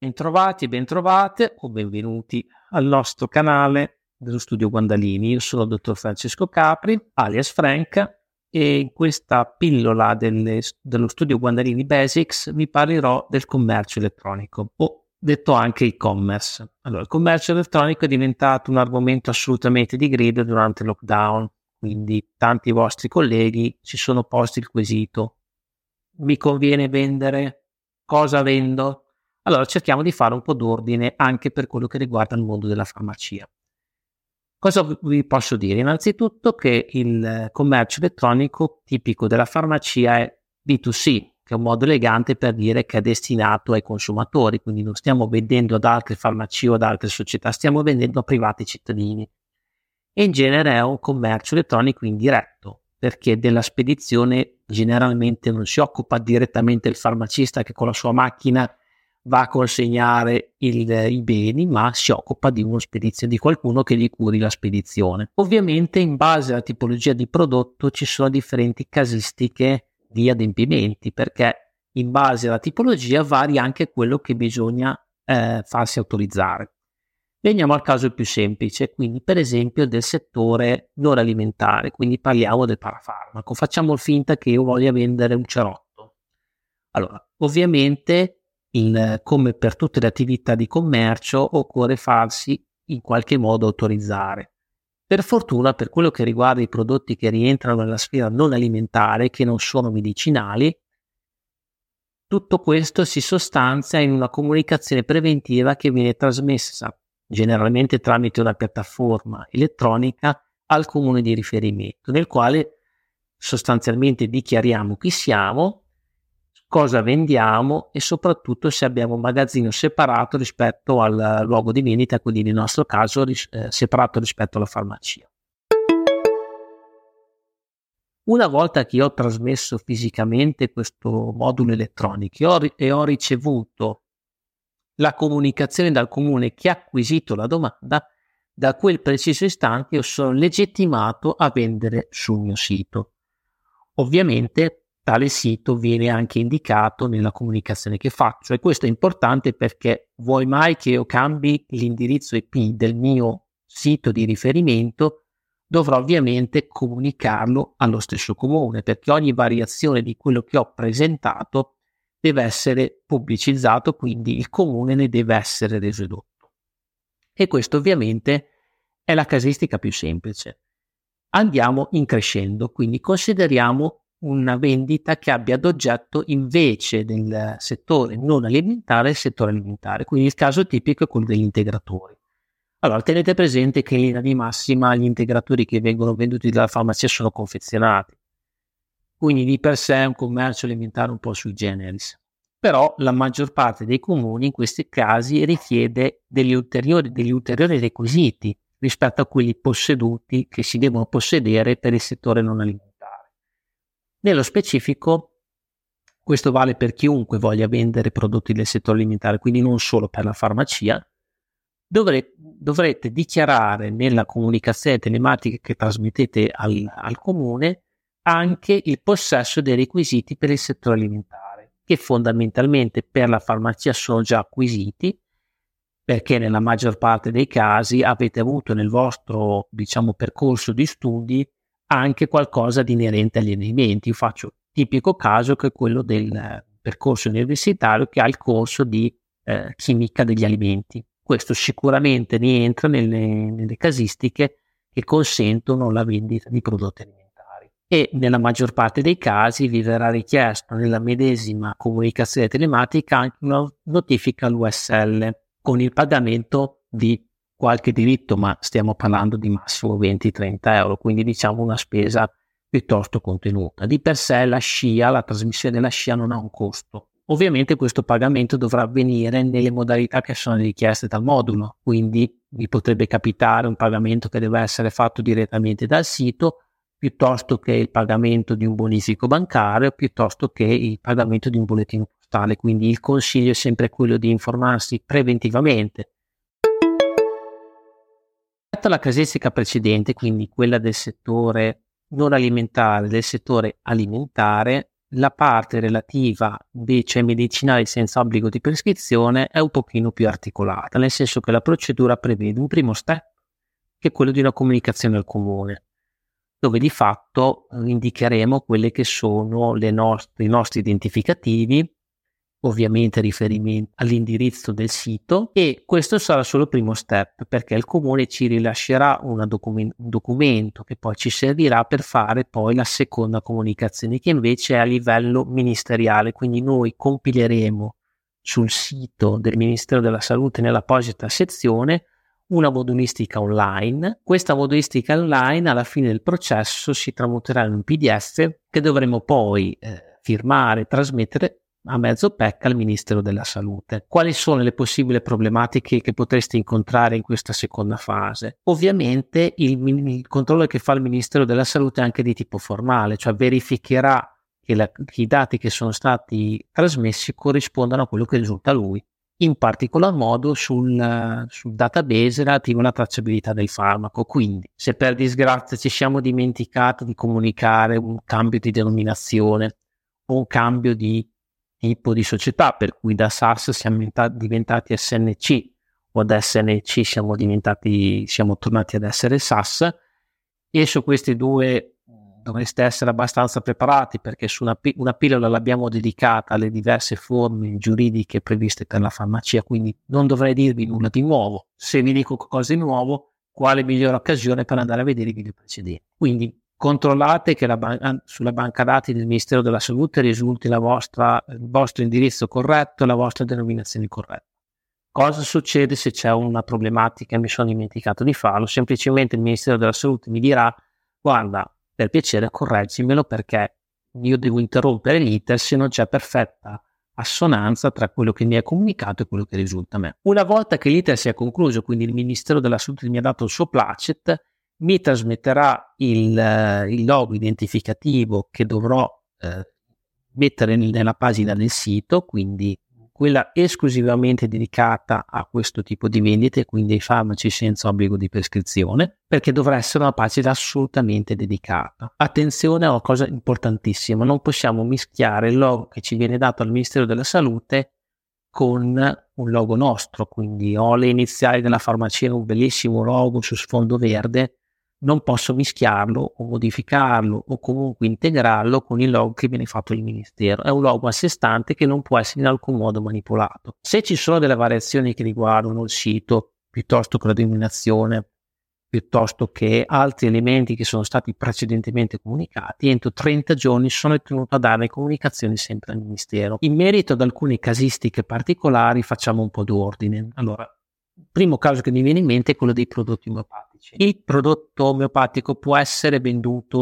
Bentrovati e bentrovate o benvenuti al nostro canale dello Studio Guandalini. Io sono il dottor Francesco Capri, alias Frank, e in questa pillola dello Studio Guandalini Basics vi parlerò del commercio elettronico, o detto anche e-commerce. Allora, il commercio elettronico è diventato un argomento assolutamente di grido durante il lockdown, quindi tanti vostri colleghi si sono posti il quesito: mi conviene vendere? Cosa vendo? Allora cerchiamo di fare un po' d'ordine anche per quello che riguarda il mondo della farmacia. Cosa vi posso dire? Innanzitutto che il commercio elettronico tipico della farmacia è B2C, che è un modo elegante per dire che è destinato ai consumatori, quindi non stiamo vendendo ad altre farmacie o ad altre società, stiamo vendendo a privati cittadini. E in genere è un commercio elettronico indiretto, perché della spedizione generalmente non si occupa direttamente il farmacista che con la sua macchina va a consegnare i beni, ma si occupa di una spedizione, di qualcuno che gli curi la spedizione. Ovviamente in base alla tipologia di prodotto ci sono differenti casistiche di adempimenti, perché in base alla tipologia varia anche quello che bisogna farsi autorizzare. Veniamo al caso più semplice, quindi per esempio del settore non alimentare, quindi parliamo del parafarmaco. Facciamo finta che io voglia vendere un cerotto. Allora, ovviamente come per tutte le attività di commercio occorre farsi in qualche modo autorizzare. Per fortuna, per quello che riguarda i prodotti che rientrano nella sfera non alimentare, che non sono medicinali, tutto questo si sostanzia in una comunicazione preventiva che viene trasmessa generalmente tramite una piattaforma elettronica al comune di riferimento, nel quale sostanzialmente dichiariamo chi siamo, cosa vendiamo e soprattutto se abbiamo un magazzino separato rispetto al luogo di vendita, quindi nel nostro caso separato rispetto alla farmacia. Una volta che ho trasmesso fisicamente questo modulo elettronico e ho ricevuto la comunicazione dal comune che ha acquisito la domanda, da quel preciso istante io sono legittimato a vendere sul mio sito. Ovviamente tale sito viene anche indicato nella comunicazione che faccio, e questo è importante perché vuoi mai che io cambi l'indirizzo IP del mio sito di riferimento, dovrò ovviamente comunicarlo allo stesso comune, perché ogni variazione di quello che ho presentato deve essere pubblicizzato, quindi il comune ne deve essere reso edotto. E questo ovviamente è la casistica più semplice. Andiamo in crescendo, quindi consideriamo una vendita che abbia ad oggetto, invece del settore non alimentare, il settore alimentare, quindi il caso tipico è quello degli integratori. Allora, tenete presente che in linea di massima gli integratori che vengono venduti dalla farmacia sono confezionati, quindi di per sé è un commercio alimentare un po' sui generis. Però la maggior parte dei comuni in questi casi richiede degli ulteriori requisiti rispetto a quelli posseduti che si devono possedere per il settore non alimentare. Nello specifico, questo vale per chiunque voglia vendere prodotti del settore alimentare, quindi non solo per la farmacia. Dovrete dichiarare nella comunicazione telematica che trasmettete al comune anche il possesso dei requisiti per il settore alimentare, che fondamentalmente per la farmacia sono già acquisiti, perché nella maggior parte dei casi avete avuto nel vostro, percorso di studi anche qualcosa di inerente agli alimenti. Io faccio tipico caso che è quello del percorso universitario che ha il corso di chimica degli alimenti. Questo sicuramente rientra nelle casistiche che consentono la vendita di prodotti alimentari, e nella maggior parte dei casi vi verrà richiesto nella medesima comunicazione telematica anche una notifica all'USL con il pagamento di qualche diritto, ma stiamo parlando di massimo 20-30 euro, quindi diciamo una spesa piuttosto contenuta. Di per sé la SCIA, la trasmissione della SCIA non ha un costo. Ovviamente questo pagamento dovrà avvenire nelle modalità che sono richieste dal modulo, quindi vi potrebbe capitare un pagamento che deve essere fatto direttamente dal sito, piuttosto che il pagamento di un bonifico bancario, piuttosto che il pagamento di un bollettino postale. Quindi il consiglio è sempre quello di informarsi preventivamente. Rispetto alla casistica precedente, quindi quella del settore non alimentare, del settore alimentare, La parte relativa invece ai medicinali senza obbligo di prescrizione è un pochino più articolata, nel senso che la procedura prevede un primo step, che è quello di una comunicazione al comune, dove di fatto indicheremo quelle che sono i nostri identificativi, ovviamente riferimento all'indirizzo del sito, e questo sarà solo il primo step, perché il comune ci rilascerà un documento che poi ci servirà per fare poi la seconda comunicazione, che invece è a livello ministeriale. Quindi noi compileremo sul sito del Ministero della Salute, nell'apposita sezione, una modulistica online. Questa modulistica online alla fine del processo si tramuterà in un PDF che dovremo poi firmare e trasmettere a mezzo PEC al Ministero della Salute. Quali sono le possibili problematiche che potreste incontrare in questa seconda fase? Ovviamente il controllo che fa il Ministero della Salute è anche di tipo formale, cioè verificherà che i dati che sono stati trasmessi corrispondano a quello che risulta a lui, in particolar modo sul database relativo alla tracciabilità del farmaco. Quindi, se per disgrazia ci siamo dimenticati di comunicare un cambio di denominazione o un cambio di tipo di società, per cui da SARS siamo diventati SNC, o da SNC siamo tornati ad essere SAS, e su questi due dovreste essere abbastanza preparati, perché su una pillola l'abbiamo dedicata alle diverse forme giuridiche previste per la farmacia, quindi non dovrei dirvi nulla di nuovo. Se vi dico qualcosa di nuovo, quale migliore occasione per andare a vedere i video precedenti? Quindi controllate che sulla banca dati del Ministero della Salute risulti il vostro indirizzo corretto e la vostra denominazione corretta. Cosa succede se c'è una problematica e mi sono dimenticato di farlo? Semplicemente il Ministero della Salute mi dirà: guarda, per piacere correggimelo, perché io devo interrompere l'iter se non c'è perfetta assonanza tra quello che mi è comunicato e quello che risulta a me. Una volta che l'iter sia concluso, quindi il Ministero della Salute mi ha dato il suo placet, mi trasmetterà il logo identificativo che dovrò mettere nella pagina del sito, quindi quella esclusivamente dedicata a questo tipo di vendite, quindi ai farmaci senza obbligo di prescrizione, perché dovrà essere una pagina assolutamente dedicata. Attenzione a una cosa importantissima: non possiamo mischiare il logo che ci viene dato al Ministero della Salute con un logo nostro. Quindi ho le iniziali della farmacia, un bellissimo logo su sfondo verde, non posso mischiarlo o modificarlo o comunque integrarlo con il logo che viene fatto dal Ministero. È un logo a sé stante che non può essere in alcun modo manipolato. Se ci sono delle variazioni che riguardano il sito, piuttosto che la denominazione, piuttosto che altri elementi che sono stati precedentemente comunicati, entro 30 giorni sono tenuto a dare le comunicazioni sempre al Ministero. In merito ad alcune casistiche particolari facciamo un po' d'ordine. Allora, il primo caso che mi viene in mente è quello dei prodotti omeopatici. Il prodotto omeopatico può essere venduto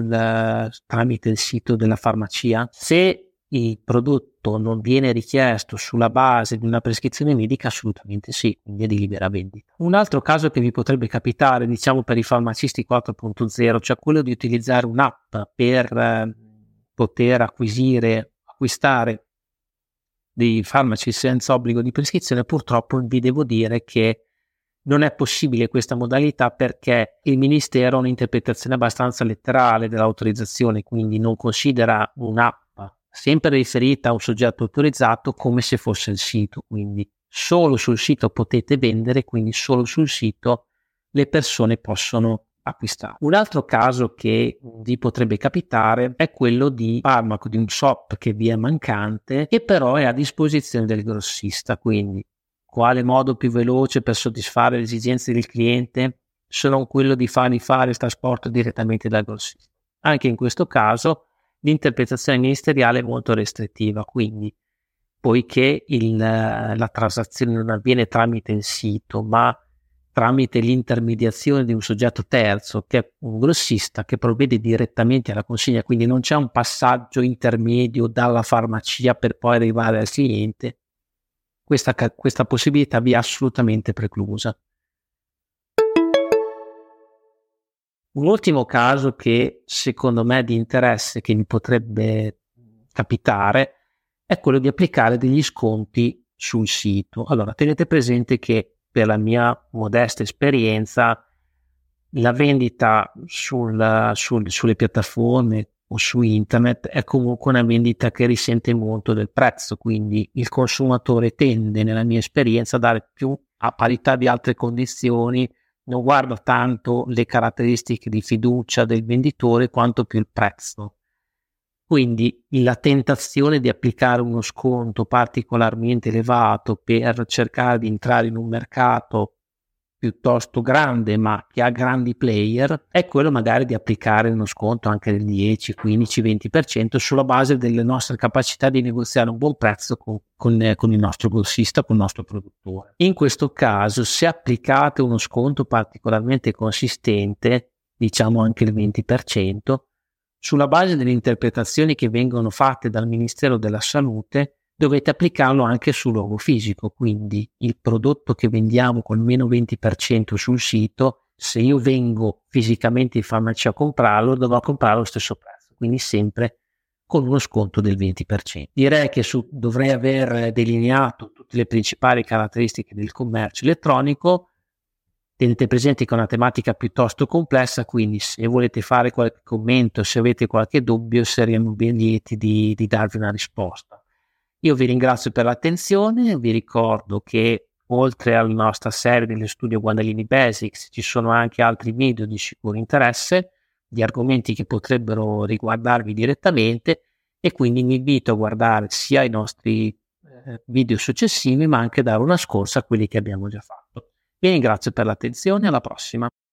tramite il sito della farmacia se il prodotto non viene richiesto sulla base di una prescrizione medica. Assolutamente sì, quindi è di libera vendita. Un altro caso che vi potrebbe capitare, diciamo per i farmacisti 4.0, cioè quello di utilizzare un'app per poter acquistare dei farmaci senza obbligo di prescrizione. Purtroppo vi devo dire che non è possibile questa modalità, perché il Ministero ha un'interpretazione abbastanza letterale dell'autorizzazione, quindi non considera un'app sempre riferita a un soggetto autorizzato come se fosse il sito. Quindi solo sul sito potete vendere, quindi solo sul sito le persone possono acquistare. Un altro caso che vi potrebbe capitare è quello di farmaco di un shop che vi è mancante, che però è a disposizione del grossista. Quindi quale modo più veloce per soddisfare le esigenze del cliente se non quello di fargli fare il trasporto direttamente dal grossista? Anche in questo caso l'interpretazione ministeriale è molto restrittiva, quindi poiché la transazione non avviene tramite il sito ma tramite l'intermediazione di un soggetto terzo, che è un grossista che provvede direttamente alla consegna, quindi non c'è un passaggio intermedio dalla farmacia per poi arrivare al cliente, questa possibilità vi è assolutamente preclusa. Un ultimo caso che secondo me è di interesse, che mi potrebbe capitare, è quello di applicare degli sconti sul sito. Allora, tenete presente che per la mia modesta esperienza la vendita sulle piattaforme o su internet è comunque una vendita che risente molto del prezzo, quindi il consumatore tende, nella mia esperienza, a dare più a parità di altre condizioni, non guarda tanto le caratteristiche di fiducia del venditore quanto più il prezzo. Quindi la tentazione di applicare uno sconto particolarmente elevato per cercare di entrare in un mercato piuttosto grande ma che ha grandi player è quello magari di applicare uno sconto anche del 10, 15, 20% sulla base delle nostre capacità di negoziare un buon prezzo con il nostro grossista, con il nostro produttore. In questo caso, se applicate uno sconto particolarmente consistente, diciamo anche il 20%, sulla base delle interpretazioni che vengono fatte dal Ministero della Salute, dovete applicarlo anche sul luogo fisico, quindi il prodotto che vendiamo con meno 20% sul sito, se io vengo fisicamente in farmacia a comprarlo, dovrò comprare lo stesso prezzo, quindi sempre con uno sconto del 20%. Direi che dovrei aver delineato tutte le principali caratteristiche del commercio elettronico. Tenete presente che è una tematica piuttosto complessa, quindi se volete fare qualche commento, se avete qualche dubbio, saremo ben lieti di darvi una risposta. Io vi ringrazio per l'attenzione, vi ricordo che oltre alla nostra serie dello studio Guandalini Basics ci sono anche altri video di sicuro interesse, di argomenti che potrebbero riguardarvi direttamente, e quindi vi invito a guardare sia i nostri video successivi ma anche dare una scorsa a quelli che abbiamo già fatto. Vi ringrazio per l'attenzione, alla prossima.